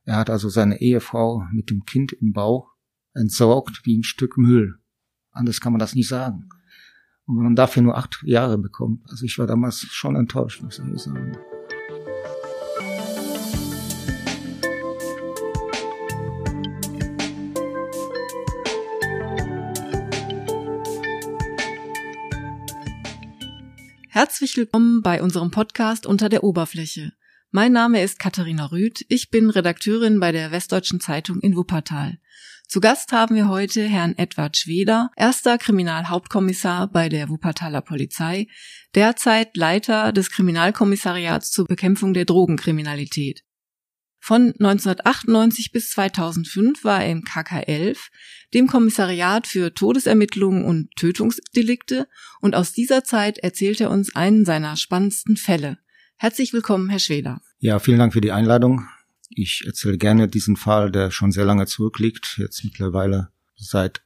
Er hat also seine Ehefrau mit dem Kind im Bauch entsorgt wie ein Stück Müll. Anders kann man das nicht sagen. Und wenn man dafür nur 8 Jahre bekommt, also ich war damals schon enttäuscht, muss ich sagen. Herzlich willkommen bei unserem Podcast Unter der Oberfläche. Mein Name ist Katharina Rüth, ich bin Redakteurin bei der Westdeutschen Zeitung in Wuppertal. Zu Gast haben wir heute Herrn Edward Schweder, erster Kriminalhauptkommissar bei der Wuppertaler Polizei, derzeit Leiter des Kriminalkommissariats zur Bekämpfung der Drogenkriminalität. Von 1998 bis 2005 war er im KK 11, dem Kommissariat für Todesermittlungen und Tötungsdelikte, und aus dieser Zeit erzählt er uns einen seiner spannendsten Fälle. Herzlich willkommen, Herr Schweder. Ja, vielen Dank für die Einladung. Ich erzähle gerne diesen Fall, der schon sehr lange zurückliegt, jetzt mittlerweile seit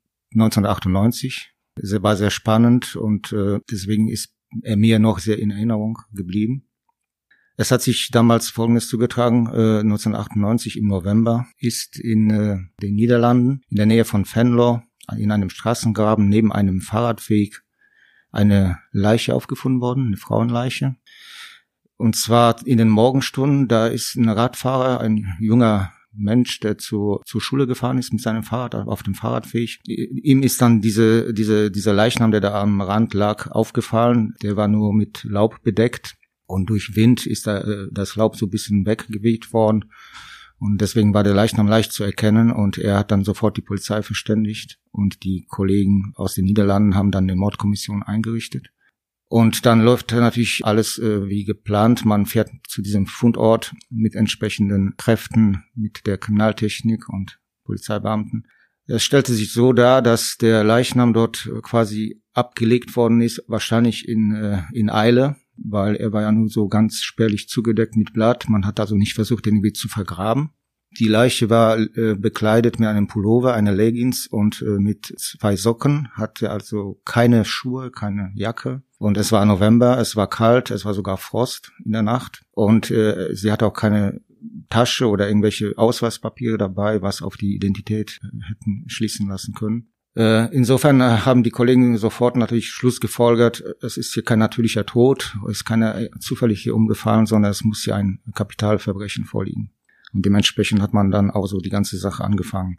1998. Er war sehr spannend und deswegen ist er mir noch sehr in Erinnerung geblieben. Es hat sich damals Folgendes zugetragen: 1998 im November ist in den Niederlanden, in der Nähe von Venlo, in einem Straßengraben neben einem Fahrradweg eine Leiche aufgefunden worden, eine Frauenleiche. Und zwar in den Morgenstunden. Da ist ein Radfahrer, ein junger Mensch, der zur Schule gefahren ist mit seinem Fahrrad auf dem Fahrradweg. Ihm ist dann dieser Leichnam, der da am Rand lag, aufgefallen. Der war nur mit Laub bedeckt. Und durch Wind ist das Laub so ein bisschen weggeweht worden. Und deswegen war der Leichnam leicht zu erkennen. Und er hat dann sofort die Polizei verständigt. Und die Kollegen aus den Niederlanden haben dann eine Mordkommission eingerichtet. Und dann läuft natürlich alles wie geplant. Man fährt zu diesem Fundort mit entsprechenden Kräften, mit der Kriminaltechnik und Polizeibeamten. Es stellte sich so dar, dass der Leichnam dort quasi abgelegt worden ist, wahrscheinlich in Eile, weil er war ja nur so ganz spärlich zugedeckt mit Blatt. Man hat also nicht versucht, den irgendwie zu vergraben. Die Leiche war bekleidet mit einem Pullover, einer Leggings und mit 2 Socken, hatte also keine Schuhe, keine Jacke. Und es war November, es war kalt, es war sogar Frost in der Nacht. Und sie hatte auch keine Tasche oder irgendwelche Ausweispapiere dabei, was auf die Identität hätten schließen lassen können. Insofern haben die Kollegen sofort natürlich Schluss gefolgert, es ist hier kein natürlicher Tod, es ist keiner zufällig hier umgefallen, sondern es muss hier ein Kapitalverbrechen vorliegen. Und dementsprechend hat man dann auch so die ganze Sache angefangen.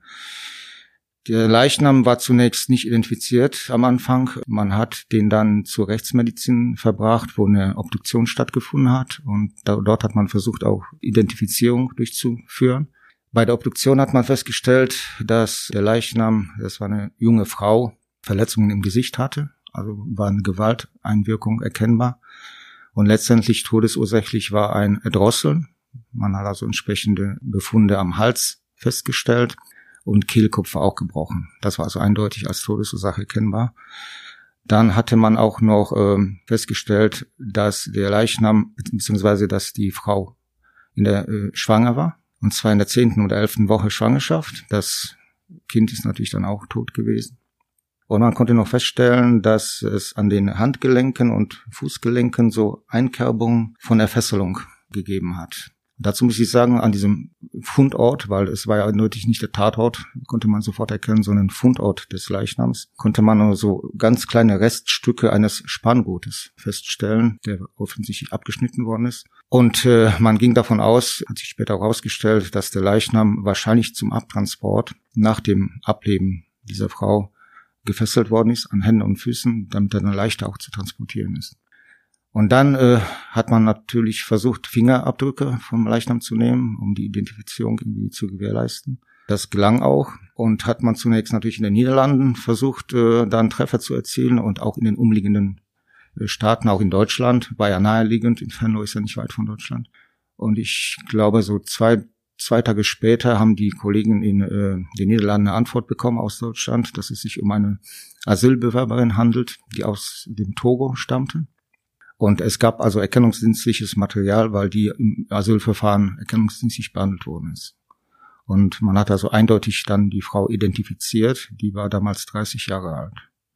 Der Leichnam war zunächst nicht identifiziert am Anfang. Man hat den dann zur Rechtsmedizin verbracht, wo eine Obduktion stattgefunden hat. Und dort hat man versucht, auch Identifizierung durchzuführen. Bei der Obduktion hat man festgestellt, dass der Leichnam, das war eine junge Frau, Verletzungen im Gesicht hatte. Also war eine Gewalteinwirkung erkennbar. Und letztendlich todesursächlich war ein Erdrosseln. Man hat also entsprechende Befunde am Hals festgestellt und Kehlkopf war auch gebrochen. Das war also eindeutig als Todesursache erkennbar. Dann hatte man auch noch festgestellt, dass der Leichnam bzw. dass die Frau schwanger war. Und zwar in der 10. oder 11. Woche Schwangerschaft. Das Kind ist natürlich dann auch tot gewesen. Und man konnte noch feststellen, dass es an den Handgelenken und Fußgelenken so Einkerbungen von der Fesselung gegeben hat. Dazu muss ich sagen, an diesem Fundort, weil es war ja eindeutig nicht der Tatort, konnte man sofort erkennen, sondern Fundort des Leichnams, konnte man nur so ganz kleine Reststücke eines Spanngurtes feststellen, der offensichtlich abgeschnitten worden ist. Und man ging davon aus, hat sich später auch herausgestellt, dass der Leichnam wahrscheinlich zum Abtransport nach dem Ableben dieser Frau gefesselt worden ist, an Händen und Füßen, damit er dann leichter auch zu transportieren ist. Und dann hat man natürlich versucht, Fingerabdrücke vom Leichnam zu nehmen, um die Identifizierung irgendwie zu gewährleisten. Das gelang auch und hat man zunächst natürlich in den Niederlanden versucht, da einen Treffer zu erzielen und auch in den umliegenden Staaten, auch in Deutschland, war ja naheliegend, in Venlo ist ja nicht weit von Deutschland. Und ich glaube, so zwei Tage später haben die Kollegen in den Niederlanden eine Antwort bekommen aus Deutschland, dass es sich um eine Asylbewerberin handelt, die aus dem Togo stammte. Und es gab also erkennungsdienstliches Material, weil die im Asylverfahren erkennungsdienstlich behandelt worden ist. Und man hat also eindeutig dann die Frau identifiziert, die war damals 30 Jahre alt.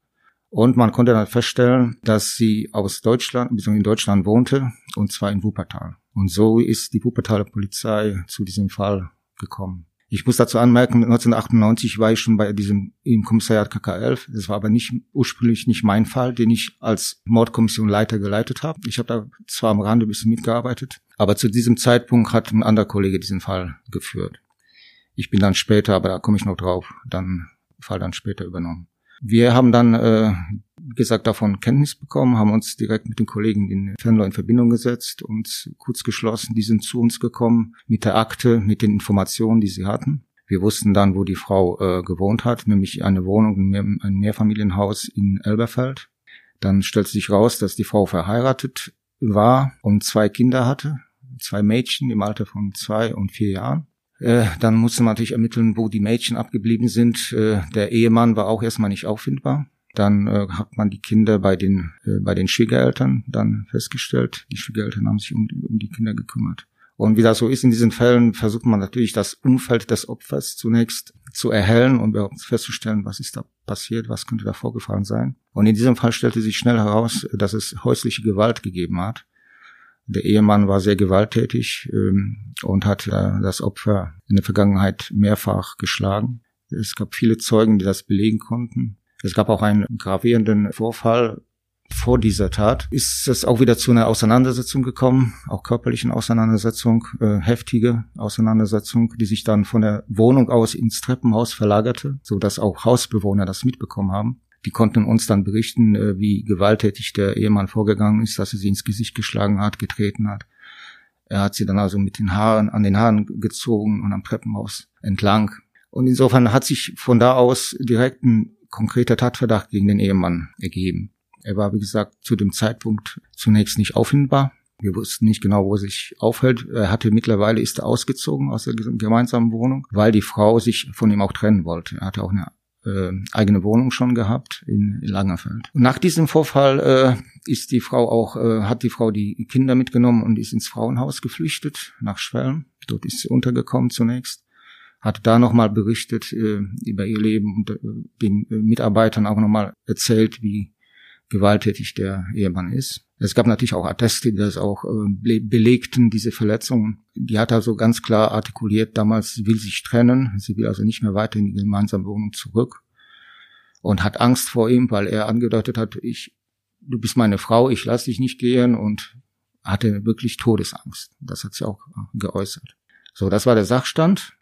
Und man konnte dann feststellen, dass sie aus Deutschland, beziehungsweise in Deutschland wohnte, und zwar in Wuppertal. Und so ist die Wuppertaler Polizei zu diesem Fall gekommen. Ich muss dazu anmerken, 1998 war ich schon im Kommissariat KK11. Das war aber ursprünglich nicht mein Fall, den ich als Mordkommissionleiter geleitet habe. Ich habe da zwar am Rande ein bisschen mitgearbeitet, aber zu diesem Zeitpunkt hat ein anderer Kollege diesen Fall geführt. Ich bin dann später, aber da komme ich noch drauf, Fall dann später übernommen. Wir haben dann, wie gesagt, davon Kenntnis bekommen, haben uns direkt mit den Kollegen in Venlo in Verbindung gesetzt, uns kurz geschlossen. Die sind zu uns gekommen mit der Akte, mit den Informationen, die sie hatten. Wir wussten dann, wo die Frau gewohnt hat, nämlich eine Wohnung, ein Mehrfamilienhaus in Elberfeld. Dann stellte sich raus, dass die Frau verheiratet war und 2 Kinder hatte, 2 Mädchen im Alter von 2 und 4 Jahren. Dann musste man natürlich ermitteln, wo die Mädchen abgeblieben sind. Der Ehemann war auch erstmal nicht auffindbar. Dann hat man die Kinder bei den Schwiegereltern dann festgestellt. Die Schwiegereltern haben sich um die Kinder gekümmert. Und wie das so ist in diesen Fällen, versucht man natürlich das Umfeld des Opfers zunächst zu erhellen und festzustellen, was ist da passiert, was könnte da vorgefallen sein. Und in diesem Fall stellte sich schnell heraus, dass es häusliche Gewalt gegeben hat. Der Ehemann war sehr gewalttätig und hat das Opfer in der Vergangenheit mehrfach geschlagen. Es gab viele Zeugen, die das belegen konnten. Es gab auch einen gravierenden Vorfall. Vor dieser Tat ist es auch wieder zu einer Auseinandersetzung gekommen, auch körperlichen Auseinandersetzung, heftige Auseinandersetzung, die sich dann von der Wohnung aus ins Treppenhaus verlagerte, sodass auch Hausbewohner das mitbekommen haben. Die konnten uns dann berichten, wie gewalttätig der Ehemann vorgegangen ist, dass er sie ins Gesicht geschlagen hat, getreten hat. Er hat sie dann also mit an den Haaren gezogen und am Treppenhaus entlang. Und insofern hat sich von da aus direkt ein konkreter Tatverdacht gegen den Ehemann ergeben. Er war, wie gesagt, zu dem Zeitpunkt zunächst nicht auffindbar. Wir wussten nicht genau, wo er sich aufhält. Mittlerweile ist er ausgezogen aus der gemeinsamen Wohnung, weil die Frau sich von ihm auch trennen wollte. Er hatte auch eine eigene Wohnung schon gehabt in Langerfeld. Und nach diesem Vorfall hat die Frau die Kinder mitgenommen und ist ins Frauenhaus geflüchtet nach Schwelm. Dort ist sie untergekommen zunächst. Hat da nochmal berichtet über ihr Leben und den Mitarbeitern auch nochmal erzählt, wie gewalttätig der Ehemann ist. Es gab natürlich auch Atteste, die das auch belegten, diese Verletzungen. Die hat also ganz klar artikuliert, damals, sie will sich trennen, sie will also nicht mehr weiter in die gemeinsame Wohnung zurück und hat Angst vor ihm, weil er angedeutet hat, du bist meine Frau, ich lasse dich nicht gehen, und hatte wirklich Todesangst. Das hat sie auch geäußert. So, das war der Sachstand.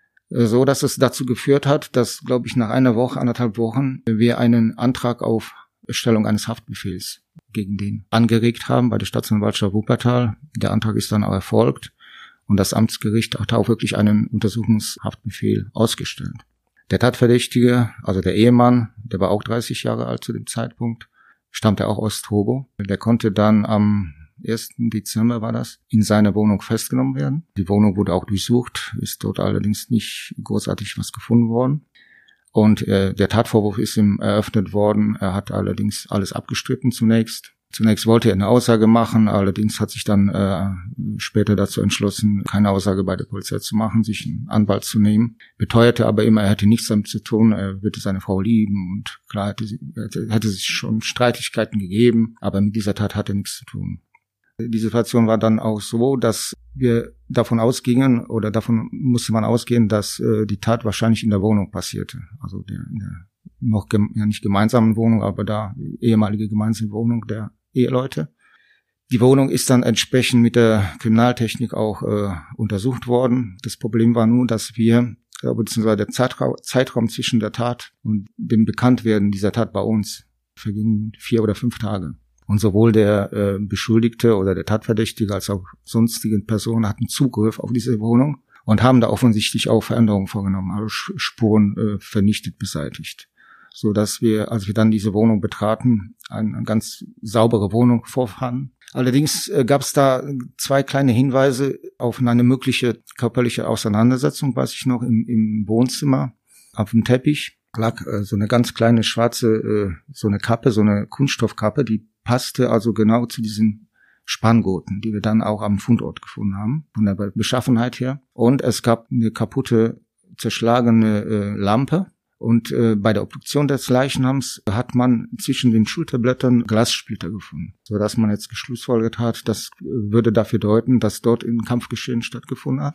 So, dass es dazu geführt hat, dass, glaube ich, nach 1,5 Wochen wir einen Antrag auf Erstellung eines Haftbefehls gegen den angeregt haben bei der Staatsanwaltschaft Wuppertal. Der Antrag ist dann auch erfolgt und das Amtsgericht hat auch wirklich einen Untersuchungshaftbefehl ausgestellt. Der Tatverdächtige, also der Ehemann, der war auch 30 Jahre alt zu dem Zeitpunkt, stammte auch aus Togo. Der konnte dann am 1. Dezember war das, in seiner Wohnung festgenommen werden. Die Wohnung wurde auch durchsucht, ist dort allerdings nicht großartig was gefunden worden. Und der Tatvorwurf ist ihm eröffnet worden. Er hat allerdings alles abgestritten zunächst. Zunächst wollte er eine Aussage machen, allerdings hat sich dann später dazu entschlossen, keine Aussage bei der Polizei zu machen, sich einen Anwalt zu nehmen. Beteuerte aber immer, er hätte nichts damit zu tun, er würde seine Frau lieben und klar hätte es schon Streitigkeiten gegeben, aber mit dieser Tat hat er nichts zu tun. Die Situation war dann auch so, dass wir davon ausgingen, oder davon musste man ausgehen, dass die Tat wahrscheinlich in der Wohnung passierte. Also in der noch nicht gemeinsamen Wohnung, aber da ehemalige gemeinsame Wohnung der Eheleute. Die Wohnung ist dann entsprechend mit der Kriminaltechnik auch untersucht worden. Das Problem war nur, dass beziehungsweise der Zeitraum zwischen der Tat und dem Bekanntwerden dieser Tat bei uns vergingen 4 oder 5 Tage. Und sowohl der Beschuldigte oder der Tatverdächtige als auch sonstige Personen hatten Zugriff auf diese Wohnung und haben da offensichtlich auch Veränderungen vorgenommen, also Spuren vernichtet, beseitigt. So dass wir, als wir dann diese Wohnung betraten, eine ganz saubere Wohnung vorfanden. Allerdings gab es da 2 kleine Hinweise auf eine mögliche körperliche Auseinandersetzung, weiß ich noch, im Wohnzimmer. Auf dem Teppich lag so eine ganz kleine schwarze, so eine Kappe, so eine Kunststoffkappe, die passte also genau zu diesen Spanngurten, die wir dann auch am Fundort gefunden haben, von der Beschaffenheit her. Und es gab eine kaputte, zerschlagene Lampe. Und bei der Obduktion des Leichnams hat man zwischen den Schulterblättern Glassplitter gefunden, sodass man jetzt geschlussfolgert hat, das würde dafür deuten, dass dort ein Kampfgeschehen stattgefunden hat.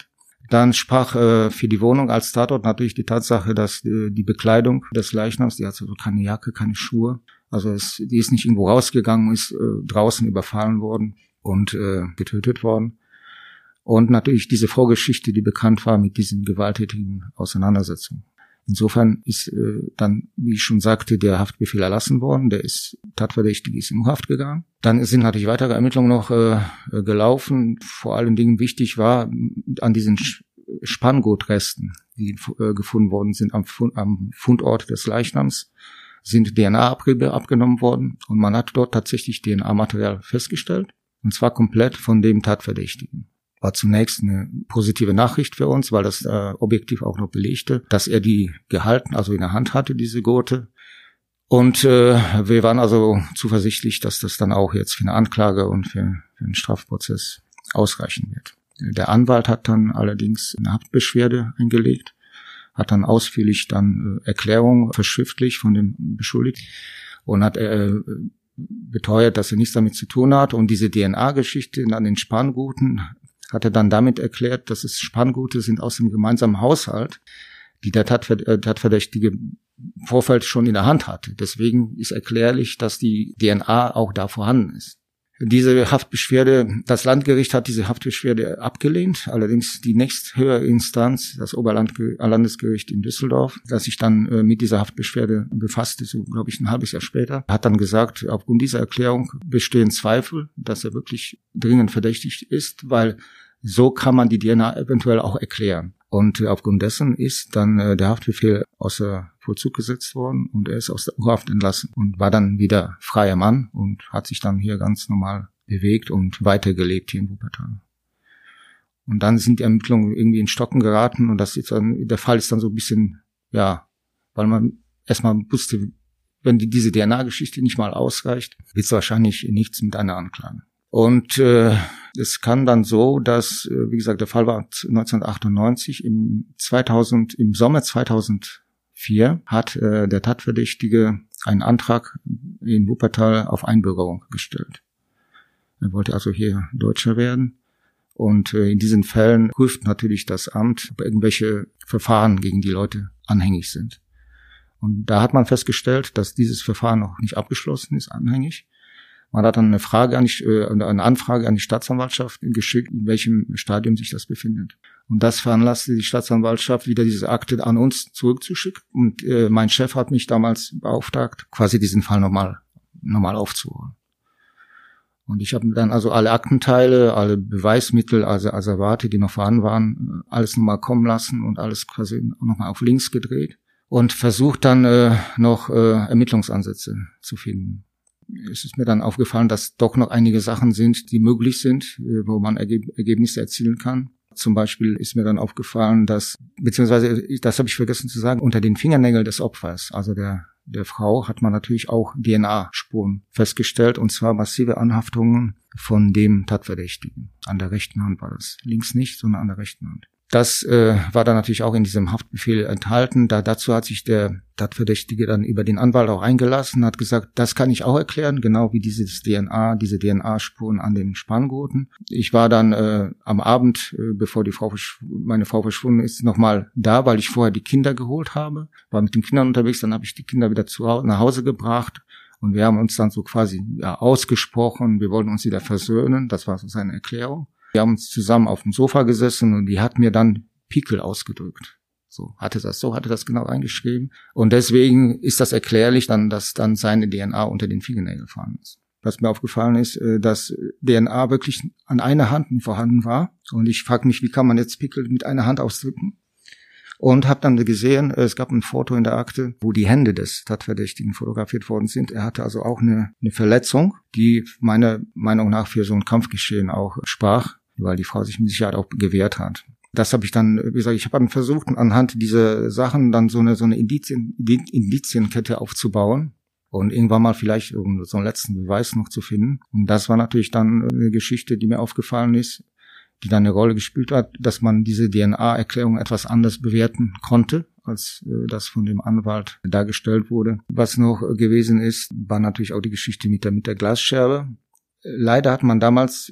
Dann sprach für die Wohnung als Tatort natürlich die Tatsache, dass die Bekleidung des Leichnams, die hat also keine Jacke, keine Schuhe, also die ist nicht irgendwo rausgegangen, ist draußen überfallen worden und getötet worden. Und natürlich diese Vorgeschichte, die bekannt war mit diesen gewalttätigen Auseinandersetzungen. Insofern ist dann, wie ich schon sagte, der Haftbefehl erlassen worden. Tatverdächtige ist in Haft gegangen. Dann sind natürlich weitere Ermittlungen noch gelaufen. Vor allen Dingen wichtig war, an diesen Spanngurtresten, die gefunden worden sind am Fundort des Leichnams, sind DNA-Abriebe abgenommen worden. Und man hat dort tatsächlich DNA-Material festgestellt. Und zwar komplett von dem Tatverdächtigen. War zunächst eine positive Nachricht für uns, weil das objektiv auch noch belegte, dass er die gehalten, also in der Hand hatte, diese Gurte. Und wir waren also zuversichtlich, dass das dann auch jetzt für eine Anklage und für einen Strafprozess ausreichen wird. Der Anwalt hat dann allerdings eine Haftbeschwerde eingelegt, hat dann ausführlich dann Erklärungen verschriftlicht von dem Beschuldigten und hat beteuert, dass er nichts damit zu tun hat. Und diese DNA-Geschichte an den Spanngurten hat er dann damit erklärt, dass es Spanngurte sind aus dem gemeinsamen Haushalt, die der Tatverdächtige im Vorfeld schon in der Hand hatte. Deswegen ist erklärlich, dass die DNA auch da vorhanden ist. Diese Haftbeschwerde, das Landgericht hat diese Haftbeschwerde abgelehnt, allerdings die nächsthöhere Instanz, das Oberlandesgericht in Düsseldorf, das sich dann mit dieser Haftbeschwerde befasste, so glaube ich ein halbes Jahr später, hat dann gesagt, aufgrund dieser Erklärung bestehen Zweifel, dass er wirklich dringend verdächtigt ist, weil so kann man die DNA eventuell auch erklären. Und aufgrund dessen ist dann der Haftbefehl außer Vollzug gesetzt worden und er ist aus der U-Haft entlassen und war dann wieder freier Mann und hat sich dann hier ganz normal bewegt und weitergelebt hier in Wuppertal. Und dann sind die Ermittlungen irgendwie in Stocken geraten und das ist dann, der Fall ist dann so ein bisschen, ja, weil man erstmal wusste, wenn diese DNA-Geschichte nicht mal ausreicht, wird es wahrscheinlich nichts mit einer Anklage. Und es kam dann so, dass, wie gesagt, der Fall war 1998, im Sommer 2004 hat der Tatverdächtige einen Antrag in Wuppertal auf Einbürgerung gestellt. Er wollte also hier Deutscher werden. Und in diesen Fällen prüft natürlich das Amt, ob irgendwelche Verfahren gegen die Leute anhängig sind. Und da hat man festgestellt, dass dieses Verfahren noch nicht abgeschlossen ist, anhängig. Man hat dann eine Anfrage an die Staatsanwaltschaft geschickt, in welchem Stadium sich das befindet. Und das veranlasste die Staatsanwaltschaft, wieder diese Akte an uns zurückzuschicken. Und mein Chef hat mich damals beauftragt, quasi diesen Fall nochmal aufzuholen. Und ich habe dann also alle Aktenteile, alle Beweismittel, also Asservate, die noch vorhanden waren, alles nochmal kommen lassen und alles quasi nochmal auf links gedreht und versucht dann noch Ermittlungsansätze zu finden. Es ist mir dann aufgefallen, dass doch noch einige Sachen sind, die möglich sind, wo man Ergebnisse erzielen kann. Zum Beispiel ist mir dann aufgefallen, beziehungsweise das habe ich vergessen zu sagen, unter den Fingernägeln des Opfers, also der Frau, hat man natürlich auch DNA-Spuren festgestellt, und zwar massive Anhaftungen von dem Tatverdächtigen. An der rechten Hand war das. Links nicht, sondern an der rechten Hand. Das war dann natürlich auch in diesem Haftbefehl enthalten. Dazu hat sich der Tatverdächtige dann über den Anwalt auch eingelassen, hat gesagt, das kann ich auch erklären, genau wie diese DNA-Spuren an den Spanngurten. Ich war dann am Abend, bevor meine Frau verschwunden ist, nochmal da, weil ich vorher die Kinder geholt habe. War mit den Kindern unterwegs, dann habe ich die Kinder wieder nach Hause gebracht. Und wir haben uns dann so quasi ausgesprochen, wir wollten uns wieder versöhnen. Das war so seine Erklärung. Wir haben uns zusammen auf dem Sofa gesessen und die hat mir dann Pickel ausgedrückt. So hatte das genau eingeschrieben. Und deswegen ist das erklärlich dann, dass dann seine DNA unter den Fingernägeln vorhanden ist. Was mir aufgefallen ist, dass DNA wirklich an einer Hand vorhanden war. Und ich frage mich, wie kann man jetzt Pickel mit einer Hand ausdrücken? Und habe dann gesehen, es gab ein Foto in der Akte, wo die Hände des Tatverdächtigen fotografiert worden sind. Er hatte also auch eine Verletzung, die meiner Meinung nach für so ein Kampfgeschehen auch sprach, weil die Frau sich mit Sicherheit auch gewehrt hat. Das habe ich dann, wie gesagt, ich habe dann versucht, anhand dieser Sachen dann so eine Indizienkette aufzubauen und irgendwann mal vielleicht so einen letzten Beweis noch zu finden. Und das war natürlich dann eine Geschichte, die mir aufgefallen ist, die dann eine Rolle gespielt hat, dass man diese DNA-Erklärung etwas anders bewerten konnte, als das von dem Anwalt dargestellt wurde. Was noch gewesen ist, war natürlich auch die Geschichte mit der Glasscherbe. Leider hat man damals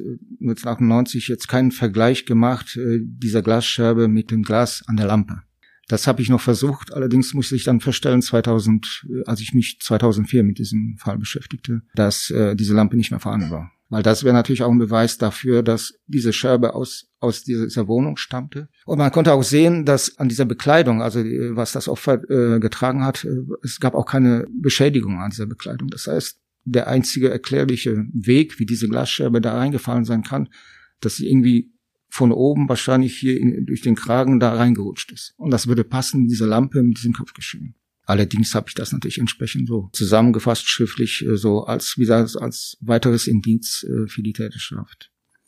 1998 jetzt keinen Vergleich gemacht, dieser Glasscherbe mit dem Glas an der Lampe. Das habe ich noch versucht, allerdings musste ich dann feststellen, als ich mich 2004 mit diesem Fall beschäftigte, dass diese Lampe nicht mehr vorhanden war. Weil das wäre natürlich auch ein Beweis dafür, dass diese Scherbe aus dieser Wohnung stammte. Und man konnte auch sehen, dass an dieser Bekleidung, also was das Opfer getragen hat, es gab auch keine Beschädigung an dieser Bekleidung. Das heißt, der einzige erklärliche Weg, wie diese Glasscherbe da reingefallen sein kann, dass sie irgendwie von oben wahrscheinlich hier durch den Kragen da reingerutscht ist. Und das würde passen mit dieser Lampe, mit diesem Kopfgeschirr. Allerdings habe ich das natürlich entsprechend so zusammengefasst, schriftlich, so als weiteres Indiz für die Täterschaft.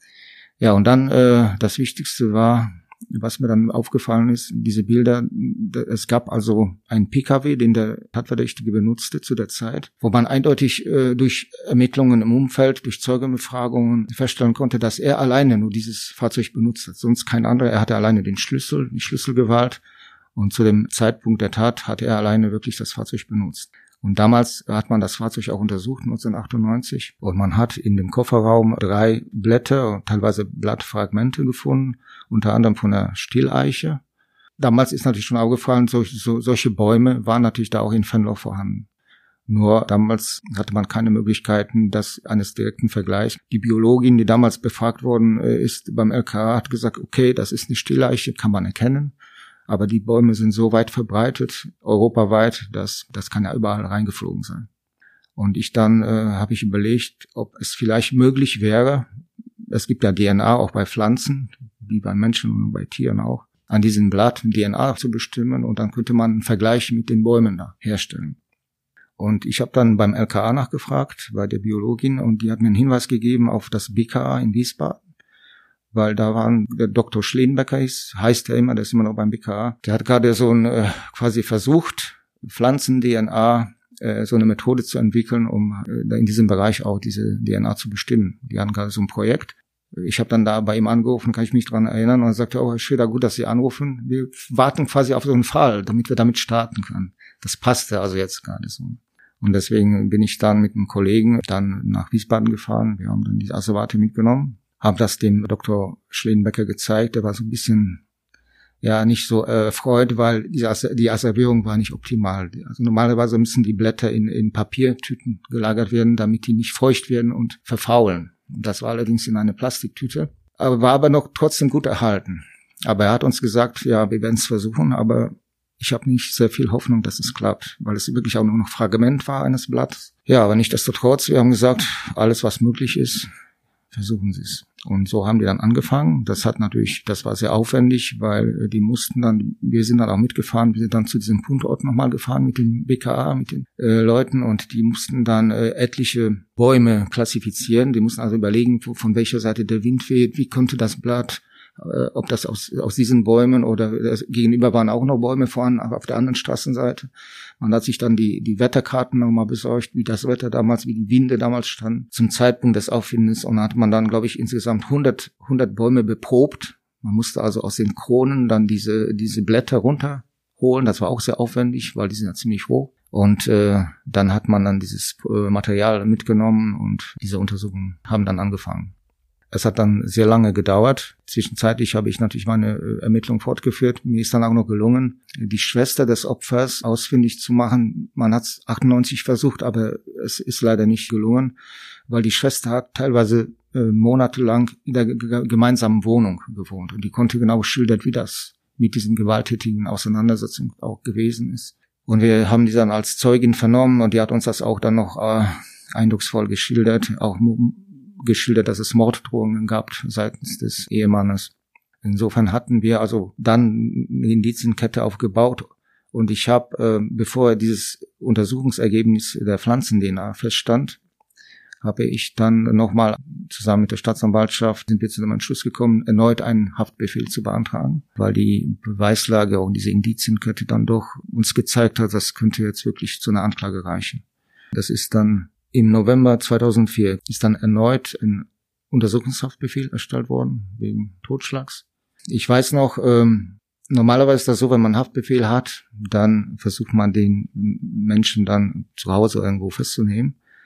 Ja, und dann das Wichtigste war, was mir dann aufgefallen ist, diese Bilder, es gab also einen PKW, den der Tatverdächtige benutzte zu der Zeit, wo man eindeutig durch Ermittlungen im Umfeld, durch Zeugenbefragungen feststellen konnte, dass er alleine nur dieses Fahrzeug benutzt hat, sonst kein anderer. Er hatte alleine die Schlüsselgewalt und zu dem Zeitpunkt der Tat hat er alleine wirklich das Fahrzeug benutzt. Und damals hat man das Fahrzeug auch untersucht, 1998. Und man hat in dem Kofferraum 3 Blätter, teilweise Blattfragmente gefunden, unter anderem von der Stieleiche. Damals ist natürlich schon aufgefallen, solche Bäume waren natürlich da auch in Venlo vorhanden. Nur damals hatte man keine Möglichkeiten eines direkten Vergleichs. Die Biologin, die damals befragt worden ist beim LKA, hat gesagt, okay, das ist eine Stieleiche, kann man erkennen. Aber die Bäume sind so weit verbreitet, europaweit, das kann ja überall reingeflogen sein. Und habe ich überlegt, ob es vielleicht möglich wäre, es gibt ja DNA auch bei Pflanzen, wie bei Menschen und bei Tieren auch, an diesem Blatt DNA zu bestimmen und dann könnte man einen Vergleich mit den Bäumen da herstellen. Und ich habe dann beim LKA nachgefragt, bei der Biologin, und die hat mir einen Hinweis gegeben auf das BKA in Wiesbaden. Weil da der Dr. Schleenbecker heißt er immer, der ist immer noch beim BKA. Der hat gerade quasi versucht, Pflanzen-DNA, so eine Methode zu entwickeln, um in diesem Bereich auch diese DNA zu bestimmen. Die hatten gerade so ein Projekt. Ich habe dann da bei ihm angerufen, kann ich mich dran erinnern, und er sagte, Herr Schröder, gut, dass Sie anrufen. Wir warten quasi auf so einen Fall, damit wir damit starten können. Das passte also jetzt gerade so. Und deswegen bin ich dann mit einem Kollegen dann nach Wiesbaden gefahren. Wir haben dann diese Asservate mitgenommen. Habe das dem Dr. Schleenbecker gezeigt, der war so ein bisschen, nicht so erfreut, weil die Asservierung war nicht optimal. Also normalerweise müssen die Blätter in Papiertüten gelagert werden, damit die nicht feucht werden und verfaulen. Das war allerdings in eine Plastiktüte, war aber noch trotzdem gut erhalten. Aber er hat uns gesagt, ja, wir werden es versuchen, aber ich habe nicht sehr viel Hoffnung, dass es klappt, weil es wirklich auch nur noch Fragment war eines Blattes. Ja, aber nichtsdestotrotz, wir haben gesagt, alles was möglich ist, versuchen Sie es. Und so haben die dann angefangen. Das war sehr aufwendig, weil wir sind dann auch mitgefahren, wir sind dann zu diesem Fundort nochmal gefahren mit dem BKA, mit den Leuten, und die mussten dann etliche Bäume klassifizieren. Die mussten also überlegen, von welcher Seite der Wind weht, wie konnte das Blatt, ob das aus diesen Bäumen oder gegenüber waren auch noch Bäume vorhanden, aber auf der anderen Straßenseite. Man hat sich dann die Wetterkarten nochmal besorgt, wie das Wetter damals, wie die Winde damals standen, zum Zeitpunkt des Auffindens. Und dann hat man dann, glaube ich, insgesamt 100 Bäume beprobt. Man musste also aus den Kronen dann diese Blätter runterholen. Das war auch sehr aufwendig, weil die sind ja ziemlich hoch. Und dann hat man dann dieses Material mitgenommen und diese Untersuchungen haben dann angefangen. Es hat dann sehr lange gedauert. Zwischenzeitlich habe ich natürlich meine Ermittlung fortgeführt. Mir ist dann auch noch gelungen, die Schwester des Opfers ausfindig zu machen. Man hat es 98 versucht, aber es ist leider nicht gelungen, weil die Schwester hat teilweise monatelang in der gemeinsamen Wohnung gewohnt. Und die konnte genau schildern, wie das mit diesen gewalttätigen Auseinandersetzungen auch gewesen ist. Und wir haben die dann als Zeugin vernommen und die hat uns das auch dann noch eindrucksvoll geschildert, auch geschildert, dass es Morddrohungen gab seitens des Ehemannes. Insofern hatten wir also dann eine Indizienkette aufgebaut und ich habe, bevor dieses Untersuchungsergebnis der Pflanzen-DNA feststand, habe ich dann nochmal zusammen mit der Staatsanwaltschaft, sind wir zu dem Entschluss gekommen, erneut einen Haftbefehl zu beantragen, weil die Beweislage und diese Indizienkette dann doch uns gezeigt hat, das könnte jetzt wirklich zu einer Anklage reichen. Das ist dann im November 2004 ist dann erneut ein Untersuchungshaftbefehl erstellt worden, wegen Totschlags. Ich weiß noch, normalerweise ist das so, wenn man einen Haftbefehl hat, dann versucht man den Menschen dann zu Hause irgendwo festzunehmen.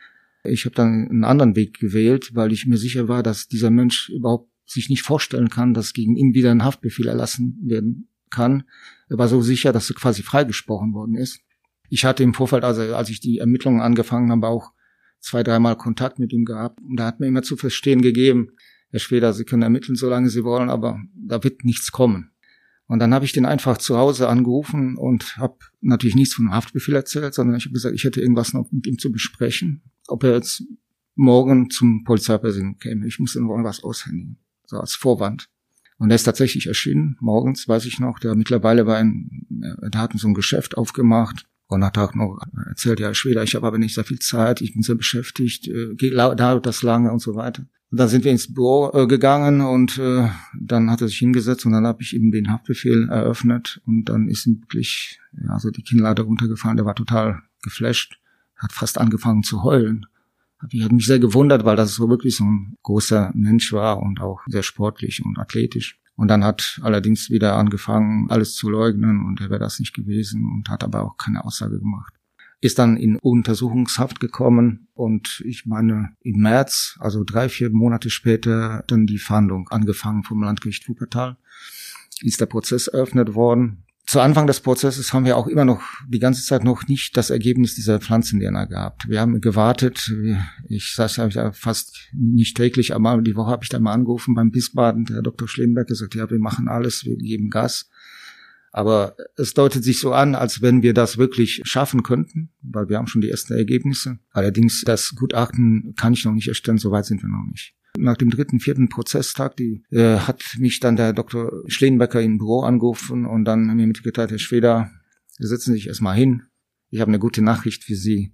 Ich habe dann einen anderen Weg gewählt, weil ich mir sicher war, dass dieser Mensch überhaupt sich nicht vorstellen kann, dass gegen ihn wieder ein Haftbefehl erlassen werden kann. Er war so sicher, dass er quasi freigesprochen worden ist. Ich hatte im Vorfeld, also als ich die Ermittlungen angefangen habe, auch 2-3 Mal Kontakt mit ihm gehabt. Und da hat mir immer zu verstehen gegeben, Herr Schweder, Sie können ermitteln, solange Sie wollen, aber da wird nichts kommen. Und dann habe ich den einfach zu Hause angerufen und habe natürlich nichts von dem Haftbefehl erzählt, sondern ich habe gesagt, ich hätte irgendwas noch mit ihm zu besprechen, ob er jetzt morgen zum Polizeipräsidium käme. Ich musste noch irgendwas aushändigen, so als Vorwand. Und er ist tatsächlich erschienen, morgens, weiß ich noch, der mittlerweile der hat so ein Geschäft aufgemacht und hat auch noch erzählt, ja, Herr Schweder, ich habe aber nicht sehr viel Zeit, ich bin sehr beschäftigt, dauert das lange und so weiter. Und dann sind wir ins Büro gegangen und dann hat er sich hingesetzt und dann habe ich ihm den Haftbefehl eröffnet und dann ist ihm wirklich die Kinnlade runtergefallen. Der war total geflasht, hat fast angefangen zu heulen. Ich habe mich sehr gewundert, weil das so wirklich so ein großer Mensch war und auch sehr sportlich und athletisch. Und dann hat allerdings wieder angefangen, alles zu leugnen und er wäre das nicht gewesen und hat aber auch keine Aussage gemacht. Ist dann in Untersuchungshaft gekommen und ich meine im März, also 3-4 Monate später, dann die Fahndung angefangen vom Landgericht Wuppertal. Ist der Prozess eröffnet worden. Zu Anfang des Prozesses haben wir auch immer noch die ganze Zeit noch nicht das Ergebnis dieser Pflanzen-DNA gehabt. Wir haben gewartet, ich sage ja fast nicht täglich, aber die Woche habe ich da mal angerufen beim Wiesbaden, der Dr. Schlehenberg gesagt, ja, wir machen alles, wir geben Gas. Aber es deutet sich so an, als wenn wir das wirklich schaffen könnten, weil wir haben schon die ersten Ergebnisse. Allerdings, das Gutachten kann ich noch nicht erstellen, so weit sind wir noch nicht. Nach dem 3., 4. Prozesstag, hat mich dann der Dr. Schlehenbecker im Büro angerufen und dann mir mitgeteilt, Herr Schweder, setzen Sie sich erstmal hin. Ich habe eine gute Nachricht für Sie.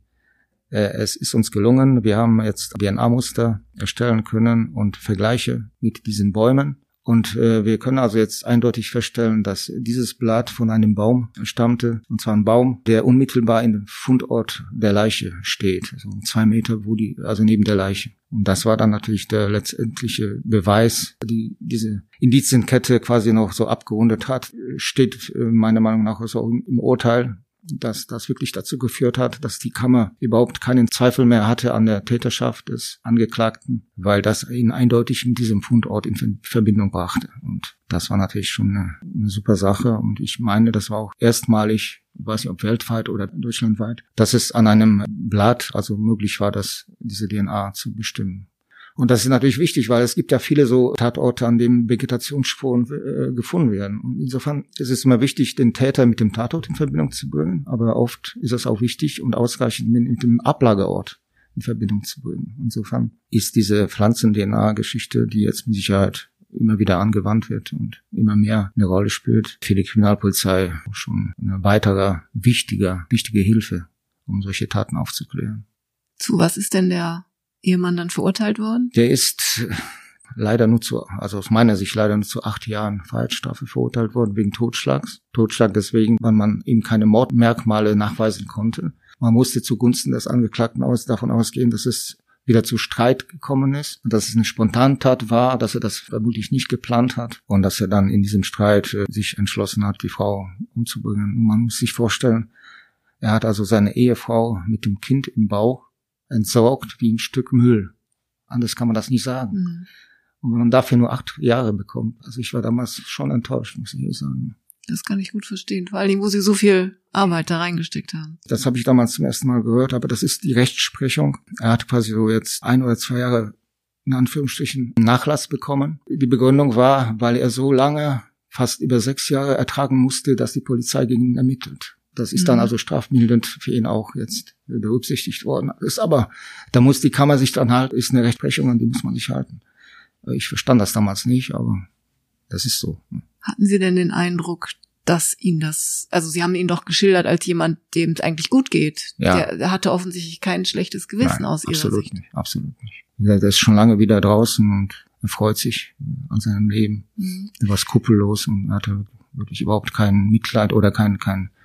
Es ist uns gelungen. Wir haben jetzt DNA-Muster erstellen können und Vergleiche mit diesen Bäumen. Und wir können also jetzt eindeutig feststellen, dass dieses Blatt von einem Baum stammte, und zwar ein Baum, der unmittelbar in dem Fundort der Leiche steht, also 2 Meter, also neben der Leiche. Und das war dann natürlich der letztendliche Beweis, die diese Indizienkette quasi noch so abgerundet hat, steht meiner Meinung nach so im Urteil, dass das wirklich dazu geführt hat, dass die Kammer überhaupt keinen Zweifel mehr hatte an der Täterschaft des Angeklagten, weil das ihn eindeutig mit diesem Fundort in Verbindung brachte. Und das war natürlich schon eine super Sache. Und ich meine, das war auch erstmalig, ich weiß nicht, ob weltweit oder deutschlandweit, dass es an einem Blatt also möglich war, diese DNA zu bestimmen. Und das ist natürlich wichtig, weil es gibt ja viele so Tatorte, an denen Vegetationsspuren gefunden werden. Und insofern ist es immer wichtig, den Täter mit dem Tatort in Verbindung zu bringen. Aber oft ist es auch wichtig und ausreichend mit dem Ablageort in Verbindung zu bringen. Insofern ist diese Pflanzen-DNA-Geschichte, die jetzt mit Sicherheit immer wieder angewandt wird und immer mehr eine Rolle spielt, für die Kriminalpolizei schon eine weitere wichtige Hilfe, um solche Taten aufzuklären. Zu was ist denn der Ehemann dann verurteilt worden? Der ist leider aus meiner Sicht leider nur zu 8 Jahren Freiheitsstrafe verurteilt worden wegen Totschlags. Totschlag deswegen, weil man ihm keine Mordmerkmale nachweisen konnte. Man musste zugunsten des Angeklagten davon ausgehen, dass es wieder zu Streit gekommen ist, dass es eine Spontantat war, dass er das vermutlich nicht geplant hat und dass er dann in diesem Streit sich entschlossen hat, die Frau umzubringen. Und man muss sich vorstellen, er hat also seine Ehefrau mit dem Kind im Bauch entsorgt wie ein Stück Müll. Anders kann man das nicht sagen. Mhm. Und wenn man dafür nur 8 Jahre bekommt, also ich war damals schon enttäuscht, muss ich ehrlich sagen. Das kann ich gut verstehen, vor allem, wo Sie so viel Arbeit da reingesteckt haben. Das habe ich damals zum ersten Mal gehört, aber das ist die Rechtsprechung. Er hat quasi so jetzt 1 oder 2 Jahre in Anführungsstrichen Nachlass bekommen. Die Begründung war, weil er so lange, fast über 6 Jahre ertragen musste, dass die Polizei gegen ihn ermittelt. Das ist dann also strafmildernd für ihn auch jetzt berücksichtigt worden. Ist aber, da muss die Kammer sich dran halten, ist eine Rechtsprechung, an die muss man sich halten. Ich verstand das damals nicht, aber das ist so. Hatten Sie denn den Eindruck, dass also Sie haben ihn doch geschildert als jemand, dem es eigentlich gut geht. Ja. Der hatte offensichtlich kein schlechtes Gewissen. Nein, aus Ihrer Sicht. Absolut nicht. Der ist schon lange wieder draußen und er freut sich an seinem Leben. Mhm. Er war skrupellos und hatte wirklich überhaupt kein Mitleid oder kein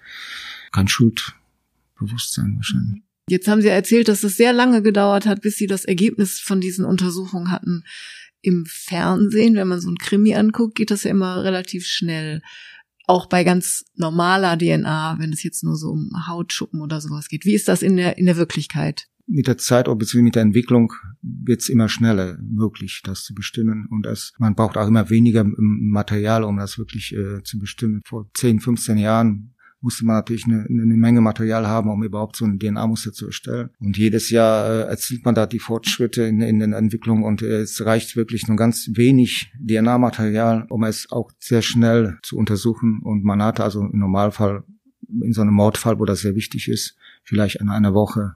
Schuldbewusstsein wahrscheinlich. Jetzt haben Sie erzählt, dass es sehr lange gedauert hat, bis Sie das Ergebnis von diesen Untersuchungen hatten. Im Fernsehen, wenn man so ein Krimi anguckt, geht das ja immer relativ schnell. Auch bei ganz normaler DNA, wenn es jetzt nur so um Hautschuppen oder sowas geht. Wie ist das in der Wirklichkeit? mit der Zeit oder beziehungsweise mit der Entwicklung wird es immer schneller möglich, das zu bestimmen. Und man braucht auch immer weniger Material, um das wirklich zu bestimmen. Vor 10, 15 Jahren musste man natürlich eine Menge Material haben, um überhaupt so ein DNA-Muster zu erstellen. Und jedes Jahr erzielt man da die Fortschritte in der Entwicklung und es reicht wirklich nur ganz wenig DNA-Material, um es auch sehr schnell zu untersuchen. Und man hatte also im Normalfall, in so einem Mordfall, wo das sehr wichtig ist, vielleicht in einer Woche.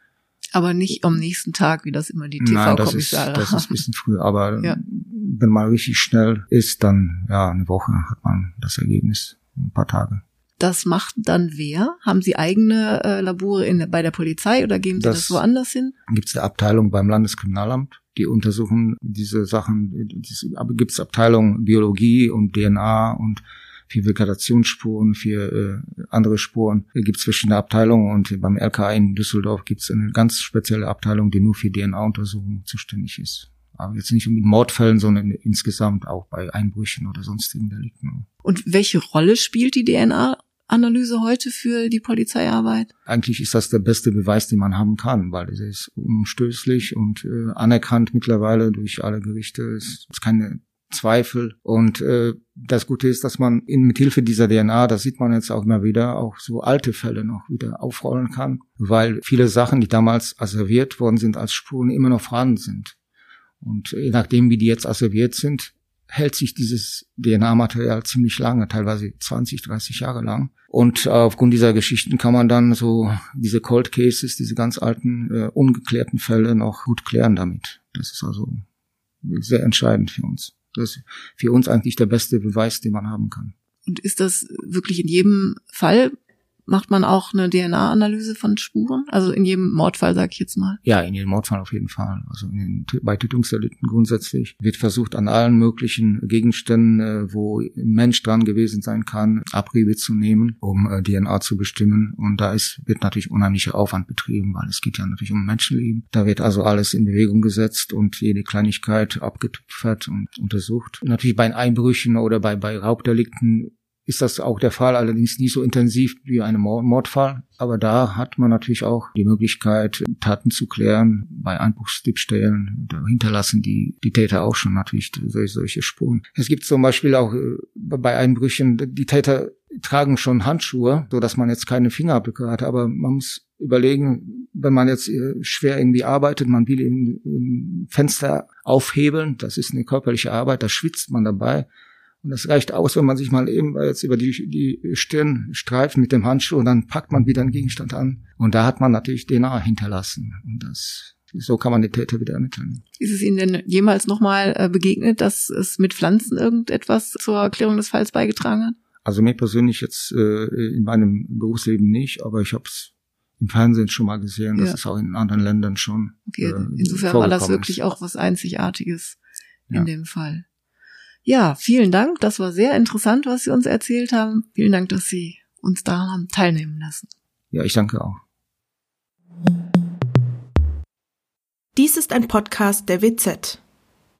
Aber nicht am nächsten Tag, wie das immer die TV-Kommissare haben. Das ist ein bisschen früh, aber wenn man richtig schnell ist, dann eine Woche hat man das Ergebnis, ein paar Tage. Das macht dann wer? Haben Sie eigene Labore bei der Polizei oder geben Sie das woanders hin? Gibt es eine Abteilung beim Landeskriminalamt, die untersuchen diese Sachen. Aber gibt es Abteilungen Biologie und DNA und für Vegetationsspuren, für andere Spuren. Es gibt verschiedene Abteilungen und beim LKA in Düsseldorf gibt es eine ganz spezielle Abteilung, die nur für DNA-Untersuchungen zuständig ist. Aber jetzt nicht mit Mordfällen, sondern insgesamt auch bei Einbrüchen oder sonstigen Delikten. Und welche Rolle spielt die DNA-Analyse heute für die Polizeiarbeit? Eigentlich ist das der beste Beweis, den man haben kann, weil es ist unumstößlich und anerkannt mittlerweile durch alle Gerichte. Es ist keine Zweifel. Und das Gute ist, dass man mit Hilfe dieser DNA, das sieht man jetzt auch immer wieder, auch so alte Fälle noch wieder aufrollen kann, weil viele Sachen, die damals asserviert worden sind als Spuren, immer noch vorhanden sind. Und je nachdem, wie die jetzt asserviert sind, hält sich dieses DNA-Material ziemlich lange, teilweise 20, 30 Jahre lang. Und aufgrund dieser Geschichten kann man dann so diese Cold Cases, diese ganz alten, ungeklärten Fälle noch gut klären damit. Das ist also sehr entscheidend für uns. Das ist für uns eigentlich der beste Beweis, den man haben kann. Und ist das wirklich in jedem Fall? Macht man auch eine DNA-Analyse von Spuren? Also in jedem Mordfall, sag ich jetzt mal. Ja, in jedem Mordfall auf jeden Fall. Also bei Tötungsdelikten grundsätzlich wird versucht, an allen möglichen Gegenständen, wo ein Mensch dran gewesen sein kann, Abriebe zu nehmen, um DNA zu bestimmen. Und da wird natürlich unheimlicher Aufwand betrieben, weil es geht ja natürlich um Menschenleben. Da wird also alles in Bewegung gesetzt und jede Kleinigkeit abgetupfert und untersucht. Natürlich bei Einbrüchen oder bei Raubdelikten ist das auch der Fall, allerdings nicht so intensiv wie einem Mordfall. Aber da hat man natürlich auch die Möglichkeit, Taten zu klären. Bei Einbruchsdiebstählen, da hinterlassen die Täter auch schon natürlich solche Spuren. Es gibt zum Beispiel auch bei Einbrüchen, die Täter tragen schon Handschuhe, so dass man jetzt keine Fingerabdrücke hat. Aber man muss überlegen, wenn man jetzt schwer irgendwie arbeitet, man will ein Fenster aufhebeln, das ist eine körperliche Arbeit, da schwitzt man dabei. Und das reicht aus, wenn man sich mal eben jetzt über die Stirn streift mit dem Handschuh und dann packt man wieder einen Gegenstand an. Und da hat man natürlich DNA hinterlassen. Und so kann man den Täter wieder ermitteln. Ist es Ihnen denn jemals nochmal begegnet, dass es mit Pflanzen irgendetwas zur Erklärung des Falls beigetragen hat? Also mir persönlich jetzt in meinem Berufsleben nicht, aber ich habe es im Fernsehen schon mal gesehen. Das ist auch in anderen Ländern schon. Okay, insofern war das wirklich auch was Einzigartiges in dem Fall. Ja, vielen Dank. Das war sehr interessant, was Sie uns erzählt haben. Vielen Dank, dass Sie uns daran haben teilnehmen lassen. Ja, ich danke auch. Dies ist ein Podcast der WZ.